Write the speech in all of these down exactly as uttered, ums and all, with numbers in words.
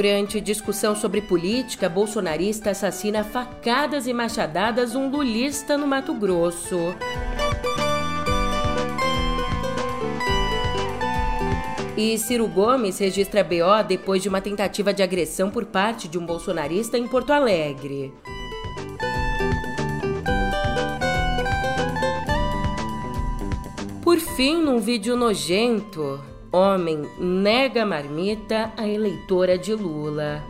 Durante discussão sobre política, bolsonarista assassina a facadas e machadadas um lulista no Mato Grosso. E Ciro Gomes registra B O depois de uma tentativa de agressão por parte de um bolsonarista em Porto Alegre. Por fim, num vídeo nojento, homem nega marmita à eleitora de Lula.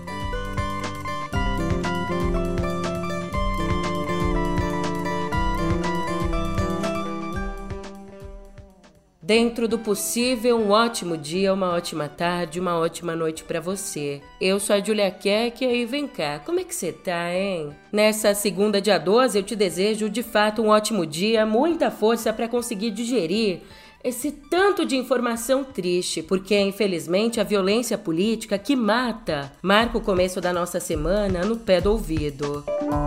Dentro do possível, um ótimo dia, uma ótima tarde, uma ótima noite pra você. Eu sou a Julia Keck e vem cá, como é que você tá, hein? Nessa segunda, dia doze, eu te desejo de fato um ótimo dia, muita força pra conseguir digerir esse tanto de informação triste, porque infelizmente a violência política que mata marca o começo da nossa semana no pé do ouvido.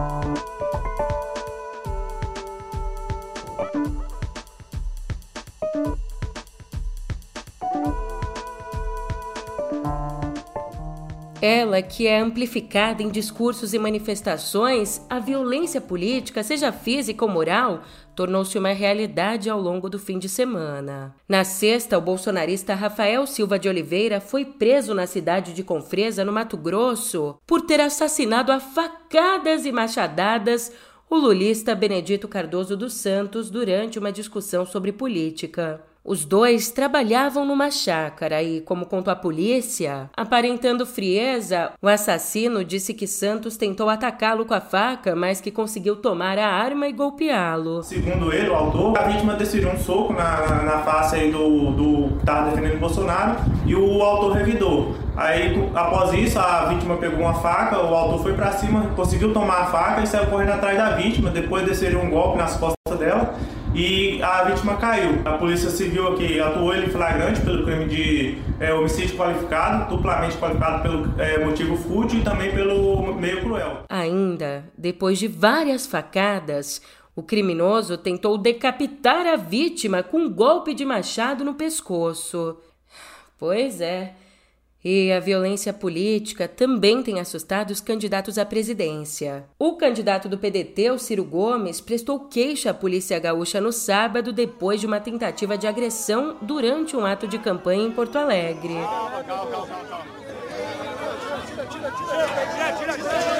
Ela que é amplificada em discursos e manifestações, a violência política, seja física ou moral, tornou-se uma realidade ao longo do fim de semana. Na sexta, o bolsonarista Rafael Silva de Oliveira foi preso na cidade de Confresa, no Mato Grosso, por ter assassinado a facadas e machadadas o lulista Benedito Cardoso dos Santos durante uma discussão sobre política. Os dois trabalhavam numa chácara e, como contou a polícia, aparentando frieza, o assassino disse que Santos tentou atacá-lo com a faca, mas que conseguiu tomar a arma e golpeá-lo. Segundo ele, o autor, a vítima decidiu um soco na, na, na face aí do, do que estava defendendo o Bolsonaro e o autor revidou. Aí, após isso, a vítima pegou uma faca, o autor foi pra cima, conseguiu tomar a faca e saiu correndo atrás da vítima, depois desceu um golpe nas costas dela. E a vítima caiu. A Polícia Civil aqui atuou em flagrante pelo crime de é, homicídio qualificado, duplamente qualificado pelo é, motivo fútil e também pelo meio cruel. Ainda, depois de várias facadas, o criminoso tentou decapitar a vítima com um golpe de machado no pescoço. Pois é. E a violência política também tem assustado os candidatos à presidência. O candidato do P D T, o Ciro Gomes, prestou queixa à polícia gaúcha no sábado depois de uma tentativa de agressão durante um ato de campanha em Porto Alegre. Calma, calma, calma, calma. Tira, tira, tira, tira, tira,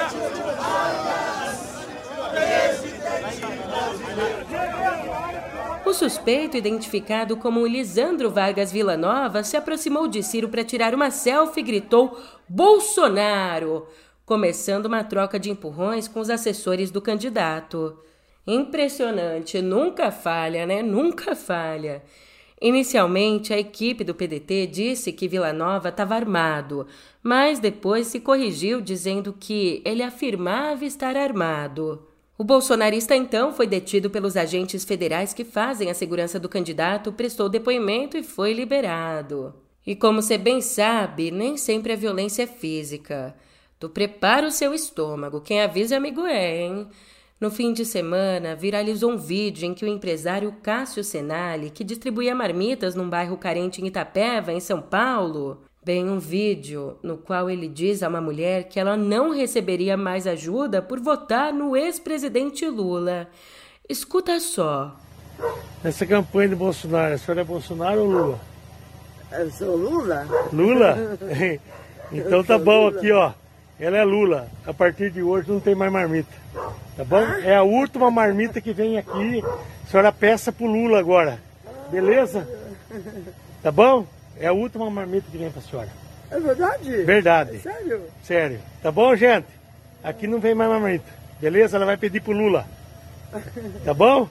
tira. O suspeito, identificado como Lisandro Vargas Villanova, se aproximou de Ciro para tirar uma selfie e gritou "Bolsonaro!", começando uma troca de empurrões com os assessores do candidato. Impressionante, nunca falha, né? Nunca falha. Inicialmente, a equipe do P D T disse que Villanova estava armado, mas depois se corrigiu dizendo que ele afirmava estar armado. O bolsonarista, então, foi detido pelos agentes federais que fazem a segurança do candidato, prestou depoimento e foi liberado. E como você bem sabe, nem sempre a violência é física. Tu prepara o seu estômago, quem avisa amigo é, hein? No fim de semana, viralizou um vídeo em que o empresário Cássio Senali, que distribuía marmitas num bairro carente em Itapeva, em São Paulo, bem, um vídeo no qual ele diz a uma mulher que ela não receberia mais ajuda por votar no ex-presidente Lula. Escuta só. Nessa campanha de Bolsonaro, a senhora é Bolsonaro ou Lula? Eu sou Lula. Lula? Então tá bom aqui, ó. Ela é Lula. A partir de hoje não tem mais marmita. Tá bom? É a última marmita que vem aqui. A senhora peça pro Lula agora. Beleza? Tá bom? É a última marmita que vem pra senhora. É verdade? Verdade. É sério? Sério. Tá bom, gente? Aqui não vem mais marmita. Beleza? Ela vai pedir pro Lula. Tá bom?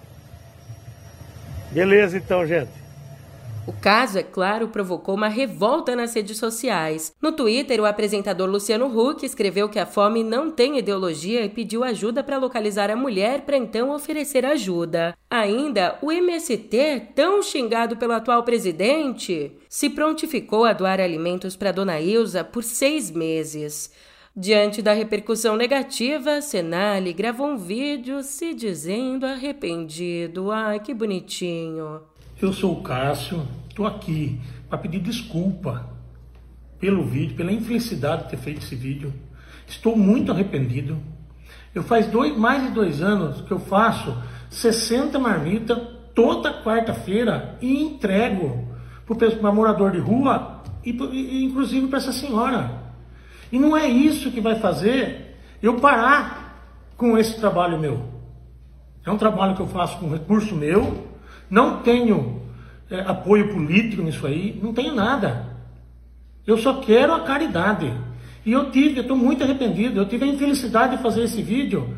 Beleza então, gente. O caso, é claro, provocou uma revolta nas redes sociais. No Twitter, o apresentador Luciano Huck escreveu que a fome não tem ideologia e pediu ajuda para localizar a mulher para então oferecer ajuda. Ainda, o M S T, tão xingado pelo atual presidente, se prontificou a doar alimentos para Dona Ilza por seis meses. Diante da repercussão negativa, Senali gravou um vídeo se dizendo arrependido. Ai, que bonitinho. Eu sou o Cássio, estou aqui para pedir desculpa pelo vídeo, pela infelicidade de ter feito esse vídeo. Estou muito arrependido. Eu faz dois, mais de dois anos que eu faço sessenta marmitas toda quarta-feira e entrego para morador de rua e, e inclusive para essa senhora. E não é isso que vai fazer eu parar com esse trabalho meu. É um trabalho que eu faço com recurso meu, não tenho é, apoio político nisso aí, não tenho nada. Eu só quero a caridade. E eu tive, eu estou muito arrependido, eu tive a infelicidade de fazer esse vídeo.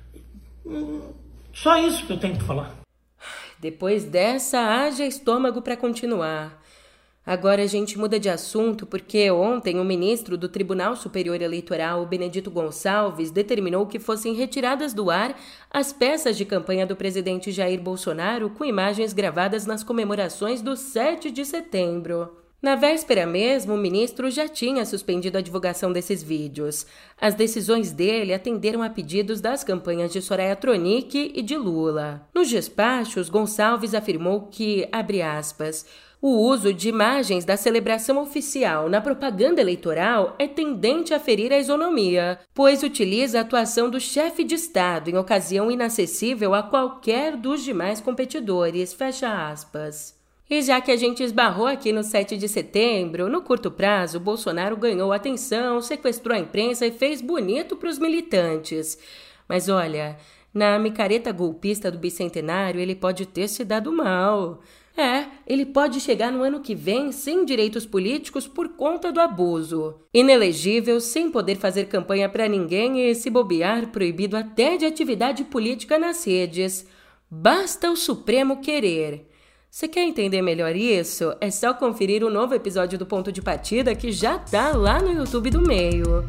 Só isso que eu tenho que falar. Depois dessa, haja estômago para continuar. Agora a gente muda de assunto porque ontem o ministro do Tribunal Superior Eleitoral, Benedito Gonçalves, determinou que fossem retiradas do ar as peças de campanha do presidente Jair Bolsonaro com imagens gravadas nas comemorações do sete de setembro. Na véspera mesmo, o ministro já tinha suspendido a divulgação desses vídeos. As decisões dele atenderam a pedidos das campanhas de Soraya Tronic e de Lula. Nos despachos, Gonçalves afirmou que, abre aspas, o uso de imagens da celebração oficial na propaganda eleitoral é tendente a ferir a isonomia, pois utiliza a atuação do chefe de Estado em ocasião inacessível a qualquer dos demais competidores, fecha aspas. E já que a gente esbarrou aqui no sete de setembro, no curto prazo, Bolsonaro ganhou atenção, sequestrou a imprensa e fez bonito para os militantes. Mas olha, na micareta golpista do bicentenário, ele pode ter se dado mal. É, ele pode chegar no ano que vem sem direitos políticos por conta do abuso. Inelegível, sem poder fazer campanha para ninguém e, se bobear, proibido até de atividade política nas redes. Basta o Supremo querer. Você quer entender melhor isso? É só conferir o novo episódio do Ponto de Partida que já tá lá no YouTube do Meio.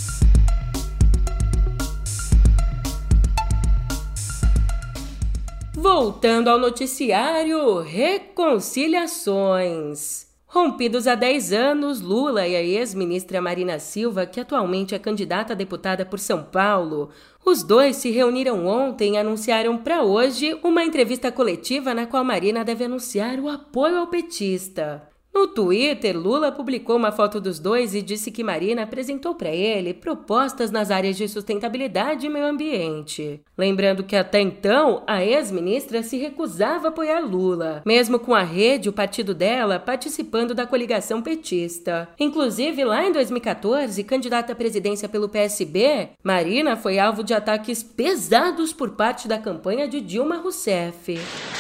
Voltando ao noticiário, reconciliações. Rompidos há dez anos, Lula e a ex-ministra Marina Silva, que atualmente é candidata a deputada por São Paulo, os dois se reuniram ontem e anunciaram para hoje uma entrevista coletiva na qual Marina deve anunciar o apoio ao petista. No Twitter, Lula publicou uma foto dos dois e disse que Marina apresentou para ele propostas nas áreas de sustentabilidade e meio ambiente. Lembrando que até então, a ex-ministra se recusava a apoiar Lula, mesmo com a Rede, o partido dela, participando da coligação petista. Inclusive, lá em dois mil e quatorze, candidata à presidência pelo P S B, Marina foi alvo de ataques pesados por parte da campanha de Dilma Rousseff.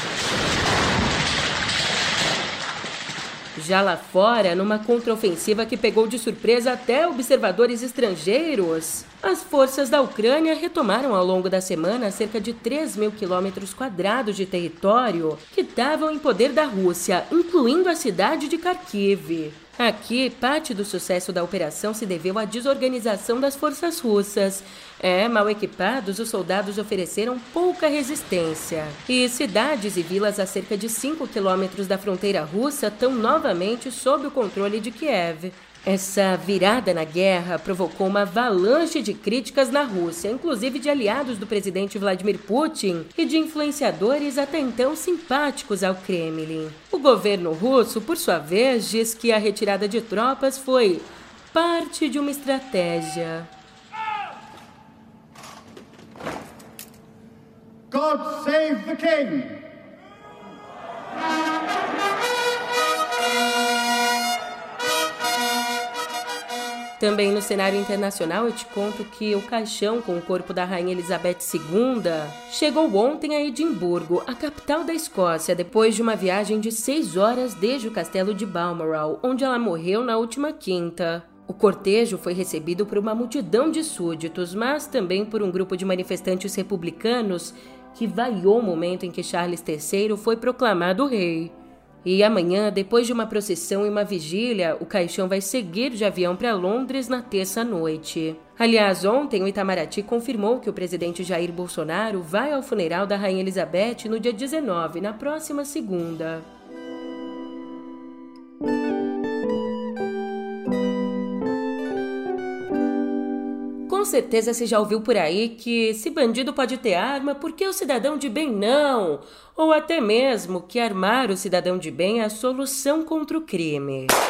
Já lá fora, numa contraofensiva que pegou de surpresa até observadores estrangeiros, as forças da Ucrânia retomaram ao longo da semana cerca de três mil quilômetros quadrados de território que estavam em poder da Rússia, incluindo a cidade de Kharkiv. Aqui, parte do sucesso da operação se deveu à desorganização das forças russas. É, mal equipados, os soldados ofereceram pouca resistência. E cidades e vilas a cerca de cinco quilômetros da fronteira russa estão novamente sob o controle de Kiev. Essa virada na guerra provocou uma avalanche de críticas na Rússia, inclusive de aliados do presidente Vladimir Putin e de influenciadores até então simpáticos ao Kremlin. O governo russo, por sua vez, diz que a retirada de tropas foi parte de uma estratégia. God save the King! Também no cenário internacional eu te conto que o caixão com o corpo da Rainha Elizabeth segunda chegou ontem a Edimburgo, a capital da Escócia, depois de uma viagem de seis horas desde o castelo de Balmoral, onde ela morreu na última quinta. O cortejo foi recebido por uma multidão de súditos, mas também por um grupo de manifestantes republicanos que vaiou o momento em que Charles terceiro foi proclamado rei. E amanhã, depois de uma procissão e uma vigília, o caixão vai seguir de avião para Londres na terça-noite. Aliás, ontem o Itamaraty confirmou que o presidente Jair Bolsonaro vai ao funeral da Rainha Elizabeth no dia dezenove, na próxima segunda. Com certeza você já ouviu por aí que se bandido pode ter arma, por que o cidadão de bem não? Ou até mesmo que armar o cidadão de bem é a solução contra o crime.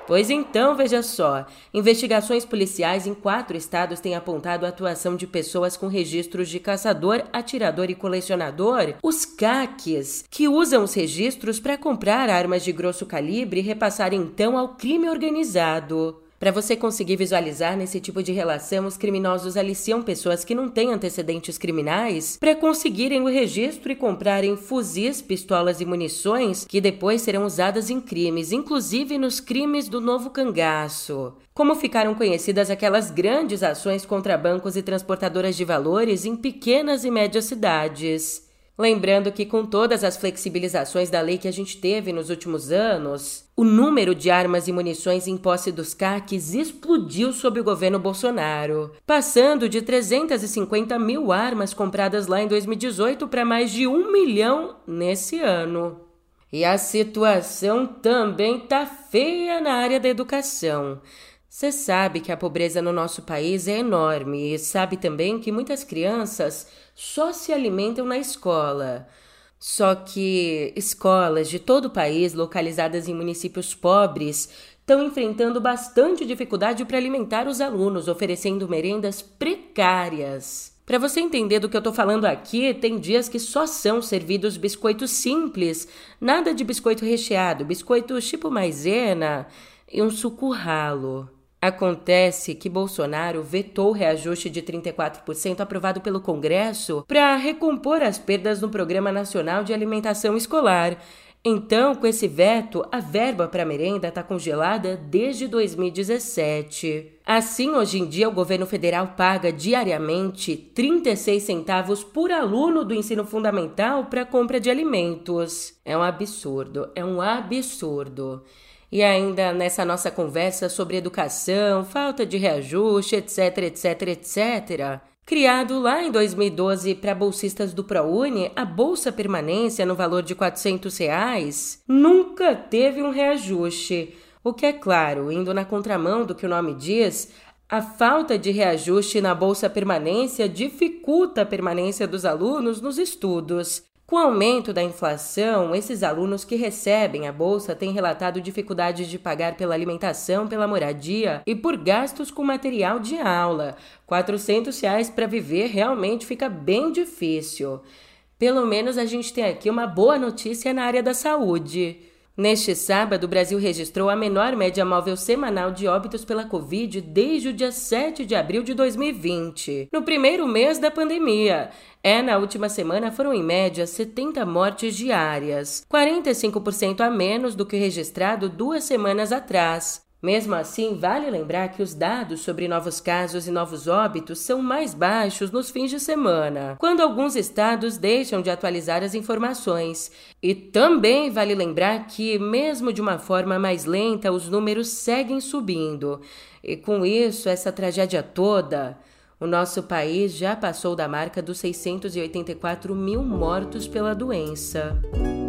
Pois então, veja só, investigações policiais em quatro estados têm apontado a atuação de pessoas com registros de caçador, atirador e colecionador, os C A Cs, que usam os registros para comprar armas de grosso calibre e repassar então ao crime organizado. Para você conseguir visualizar nesse tipo de relação, os criminosos aliciam pessoas que não têm antecedentes criminais para conseguirem o registro e comprarem fuzis, pistolas e munições que depois serão usadas em crimes, inclusive nos crimes do novo cangaço. Como ficaram conhecidas aquelas grandes ações contra bancos e transportadoras de valores em pequenas e médias cidades. Lembrando que com todas as flexibilizações da lei que a gente teve nos últimos anos, o número de armas e munições em posse dos C A Cs explodiu sob o governo Bolsonaro, passando de trezentas e cinquenta mil armas compradas lá em dois mil e dezoito para mais de um milhão nesse ano. E a situação também tá feia na área da educação. Você sabe que a pobreza no nosso país é enorme e sabe também que muitas crianças só se alimentam na escola. Só que escolas de todo o país, localizadas em municípios pobres, estão enfrentando bastante dificuldade para alimentar os alunos, oferecendo merendas precárias. Para você entender do que eu tô falando aqui, tem dias que só são servidos biscoitos simples, nada de biscoito recheado, biscoitos tipo maisena e um suco ralo. Acontece que Bolsonaro vetou o reajuste de trinta e quatro por cento aprovado pelo Congresso para recompor as perdas no Programa Nacional de Alimentação Escolar. Então, com esse veto, a verba para merenda está congelada desde dois mil e dezessete. Assim, hoje em dia, o governo federal paga diariamente trinta e seis centavos por aluno do ensino fundamental para compra de alimentos. É um absurdo, é um absurdo. E ainda nessa nossa conversa sobre educação, falta de reajuste, etc, etc, etcétera, criado lá em dois mil e doze para bolsistas do ProUni, a Bolsa Permanência no valor de quatrocentos reais nunca teve um reajuste. O que é claro, indo na contramão do que o nome diz, a falta de reajuste na Bolsa Permanência dificulta a permanência dos alunos nos estudos. Com o aumento da inflação, esses alunos que recebem a bolsa têm relatado dificuldades de pagar pela alimentação, pela moradia e por gastos com material de aula. quatrocentos reais para viver realmente fica bem difícil. Pelo menos a gente tem aqui uma boa notícia na área da saúde. Neste sábado, o Brasil registrou a menor média móvel semanal de óbitos pela Covid desde o dia sete de abril de dois mil e vinte, no primeiro mês da pandemia. É, na última semana foram em média setenta mortes diárias, quarenta e cinco por cento a menos do que o registrado duas semanas atrás. Mesmo assim, vale lembrar que os dados sobre novos casos e novos óbitos são mais baixos nos fins de semana, quando alguns estados deixam de atualizar as informações. E também vale lembrar que, mesmo de uma forma mais lenta, os números seguem subindo. E com isso, essa tragédia toda, o nosso país já passou da marca dos seiscentos e oitenta e quatro mil mortos pela doença.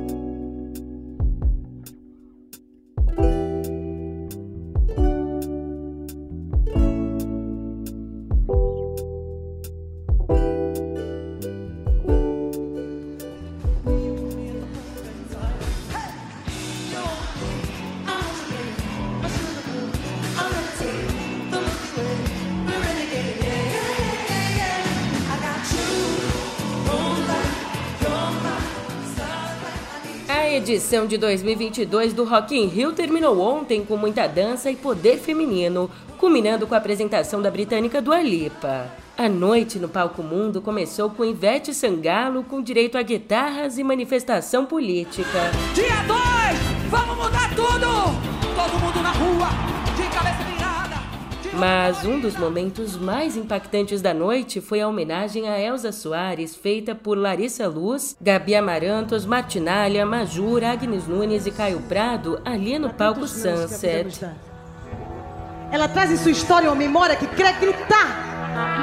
A edição de dois mil e vinte e dois do Rock in Rio terminou ontem com muita dança e poder feminino, culminando com a apresentação da britânica Dua Lipa. A noite no Palco Mundo começou com Ivete Sangalo com direito a guitarras e manifestação política. Dia dois, vamos mudar tudo! Todo mundo na rua, de cabeça virada. Mas um dos momentos mais impactantes da noite foi a homenagem a Elza Soares, feita por Larissa Luz, Gabi Amarantos, Martinalha, Majura, Agnes Nunes e Caio Prado, ali no palco Sunset. Ela traz em sua história uma memória que quer gritar.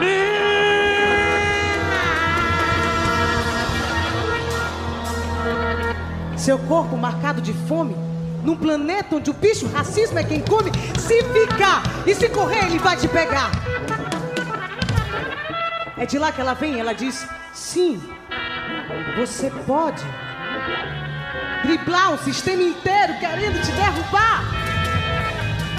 Seu corpo marcado de fome, num planeta onde o bicho racismo é quem come, se ficar e se correr ele vai te pegar. É de lá que ela vem, ela diz, sim, você pode driblar um sistema inteiro querendo te derrubar.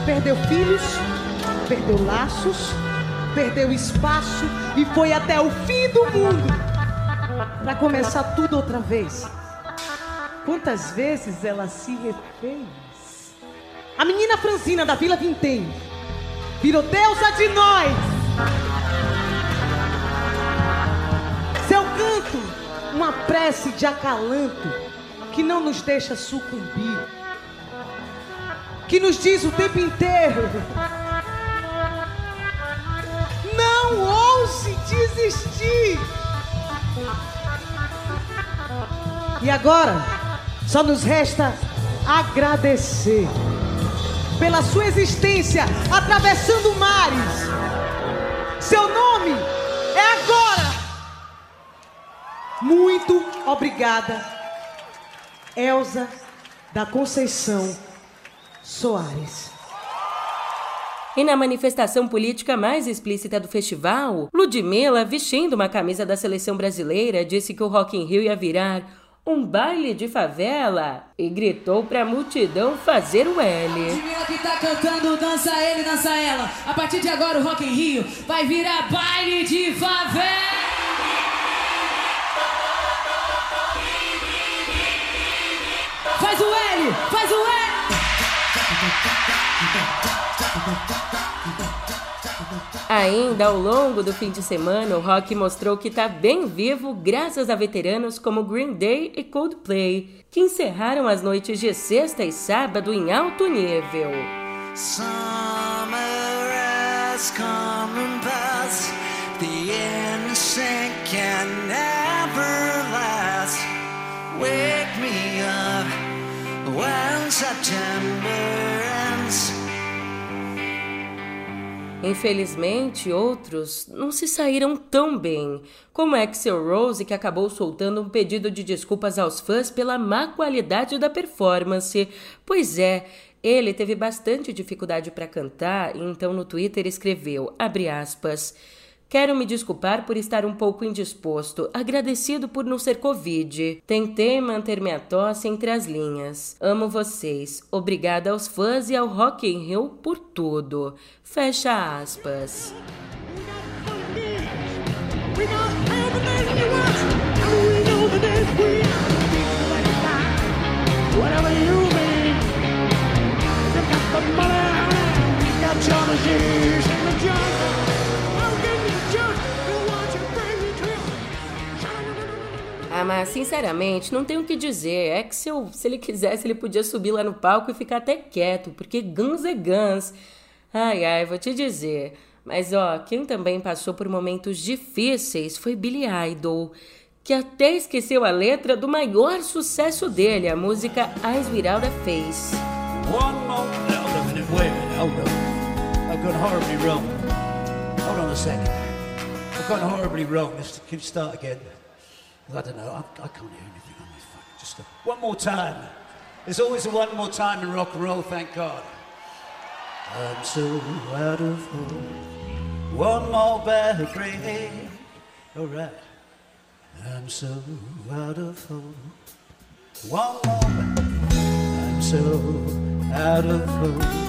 Perdeu filhos, perdeu laços, perdeu espaço e foi até o fim do mundo para começar tudo outra vez. Quantas vezes ela se refez? A menina franzina da Vila Vintém virou deusa de nós. Seu canto, uma prece de acalanto que não nos deixa sucumbir, que nos diz o tempo inteiro: não ouse desistir. E agora só nos resta agradecer pela sua existência atravessando mares. Seu nome é agora. Muito obrigada, Elza da Conceição Soares. E na manifestação política mais explícita do festival, Ludmilla, vestindo uma camisa da seleção brasileira, disse que o Rock in Rio ia virar um baile de favela e gritou pra multidão fazer o L. Ludmilla que tá cantando Dança Ele, Dança Ela. A partir de agora o Rock in Rio vai virar baile de favela. Faz o L, faz o L. Ainda ao longo do fim de semana, o rock mostrou que está bem vivo graças a veteranos como Green Day e Coldplay, que encerraram as noites de sexta e sábado em alto nível. Summer has come and passed. The innocent can never last. Wake me up when September ends. Infelizmente, outros não se saíram tão bem, como Axl Rose, que acabou soltando um pedido de desculpas aos fãs pela má qualidade da performance. Pois é, ele teve bastante dificuldade para cantar e então no Twitter escreveu, abre aspas, quero me desculpar por estar um pouco indisposto, agradecido por não ser Covid. Tentei manter minha tosse entre as linhas. Amo vocês. Obrigada aos fãs e ao Rock in Rio por tudo. Fecha aspas. Ah, mas sinceramente, não tenho o que dizer. É que se, eu, se ele quisesse, ele podia subir lá no palco e ficar até quieto, porque Guns é Guns. Ai, ai, vou te dizer. Mas, ó, quem também passou por momentos difíceis foi Billy Idol, que até esqueceu a letra do maior sucesso dele, a música Eyes Without a Face. One more... Hold on a minute, wait a minute, hold on. I've gone horribly wrong. Hold on a second. I've gone horribly wrong. Let's can you start again. I don't know, I, I can't hear anything on this fucking... Just a, one more time. There's always a one more time in rock and roll, thank God. I'm so out of hope. One more bad break. All right. I'm so out of hope. One more bad. I'm so out of hope.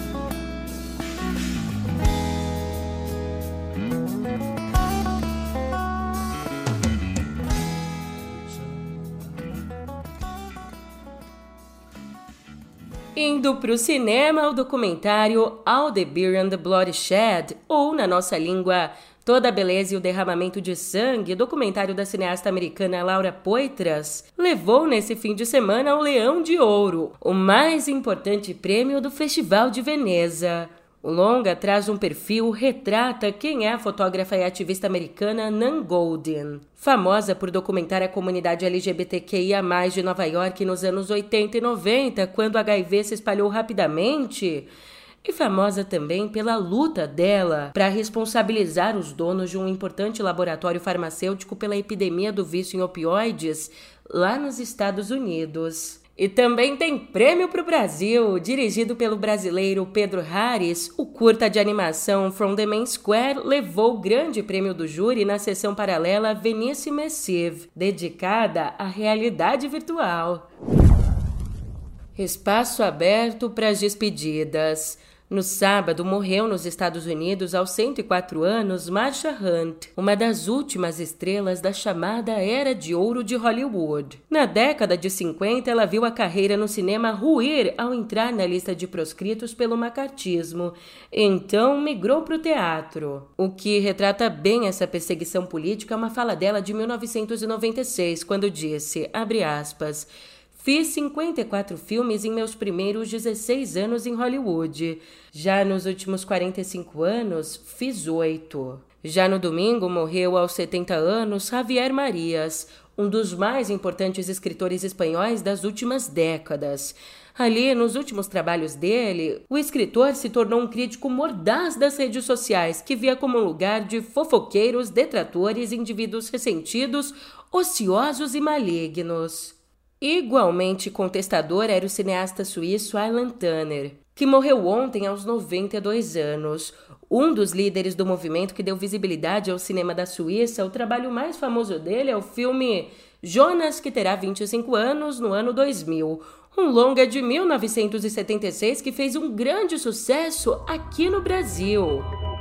Indo para o cinema, o documentário All the Beer and the Blood Shed, ou na nossa língua, Toda a Beleza e o Derramamento de Sangue, documentário da cineasta americana Laura Poitras, levou nesse fim de semana o Leão de Ouro, o mais importante prêmio do Festival de Veneza. O longa traz um perfil, retrata quem é a fotógrafa e ativista americana Nan Goldin, famosa por documentar a comunidade L G B T Q I A mais, de Nova York nos anos oitenta e noventa, quando o H I V se espalhou rapidamente, e famosa também pela luta dela para responsabilizar os donos de um importante laboratório farmacêutico pela epidemia do vício em opioides lá nos Estados Unidos. E também tem prêmio para o Brasil, dirigido pelo brasileiro Pedro Harris. O curta de animação From the Main Square levou o grande prêmio do júri na sessão paralela Venice Massive, dedicada à realidade virtual. Espaço aberto para as despedidas. No sábado, morreu nos Estados Unidos, aos cento e quatro anos, Marsha Hunt, uma das últimas estrelas da chamada Era de Ouro de Hollywood. Na década de cinquenta, ela viu a carreira no cinema ruir ao entrar na lista de proscritos pelo macartismo. Então, migrou para o teatro. O que retrata bem essa perseguição política é uma fala dela de mil novecentos e noventa e seis, quando disse, abre aspas, fiz cinquenta e quatro filmes em meus primeiros dezesseis anos em Hollywood. Já nos últimos quarenta e cinco anos, fiz oito. Já no domingo, morreu aos setenta anos Javier Marías, um dos mais importantes escritores espanhóis das últimas décadas. Ali, nos últimos trabalhos dele, o escritor se tornou um crítico mordaz das redes sociais, que via como um lugar de fofoqueiros, detratores, indivíduos ressentidos, ociosos e malignos. Igualmente contestador era o cineasta suíço Alan Tanner, que morreu ontem aos noventa e dois anos. Um dos líderes do movimento que deu visibilidade ao cinema da Suíça, o trabalho mais famoso dele é o filme Jonas, que terá vinte e cinco anos no ano dois mil, um longa de mil novecentos e setenta e seis que fez um grande sucesso aqui no Brasil.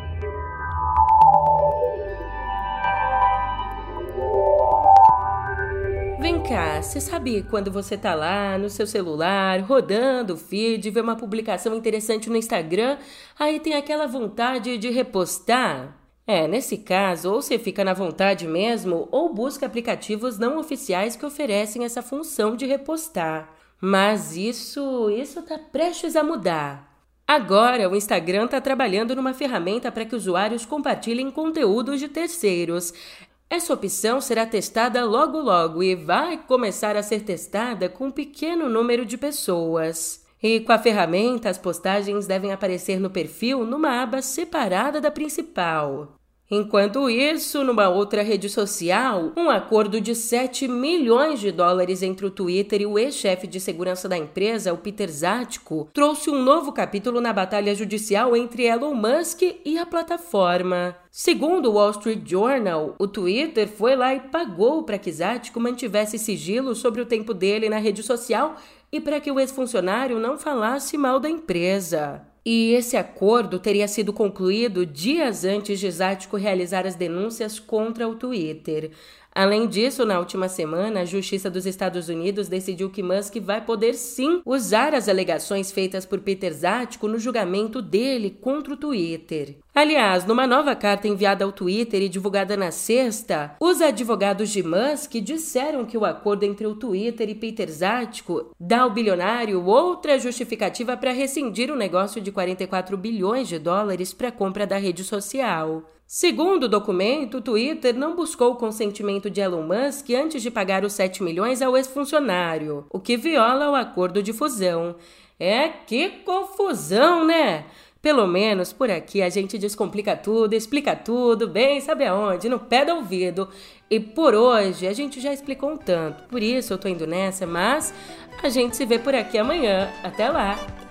Vem cá, você sabe quando você tá lá no seu celular, rodando o feed, vê uma publicação interessante no Instagram, aí tem aquela vontade de repostar? É, nesse caso, ou você fica na vontade mesmo, ou busca aplicativos não oficiais que oferecem essa função de repostar. Mas isso, isso tá prestes a mudar. Agora, o Instagram tá trabalhando numa ferramenta para que usuários compartilhem conteúdos de terceiros. Essa opção será testada logo logo e vai começar a ser testada com um pequeno número de pessoas. E com a ferramenta, as postagens devem aparecer no perfil numa aba separada da principal. Enquanto isso, numa outra rede social, um acordo de sete milhões de dólares entre o Twitter e o ex-chefe de segurança da empresa, o Peter Zatko, trouxe um novo capítulo na batalha judicial entre Elon Musk e a plataforma. Segundo o Wall Street Journal, o Twitter foi lá e pagou para que Zatko mantivesse sigilo sobre o tempo dele na rede social e para que o ex-funcionário não falasse mal da empresa. E esse acordo teria sido concluído dias antes de Zatko realizar as denúncias contra o Twitter. Além disso, na última semana, a Justiça dos Estados Unidos decidiu que Musk vai poder sim usar as alegações feitas por Peter Zatko no julgamento dele contra o Twitter. Aliás, numa nova carta enviada ao Twitter e divulgada na sexta, os advogados de Musk disseram que o acordo entre o Twitter e Peter Zatko dá ao bilionário outra justificativa para rescindir o negócio de quarenta e quatro bilhões de dólares para a compra da rede social. Segundo o documento, o Twitter não buscou o consentimento de Elon Musk antes de pagar os sete milhões ao ex-funcionário, o que viola o acordo de fusão. É, que confusão, né? Pelo menos por aqui a gente descomplica tudo, explica tudo, bem sabe aonde, no pé do ouvido. E por hoje a gente já explicou um tanto, por isso eu tô indo nessa, mas a gente se vê por aqui amanhã. Até lá!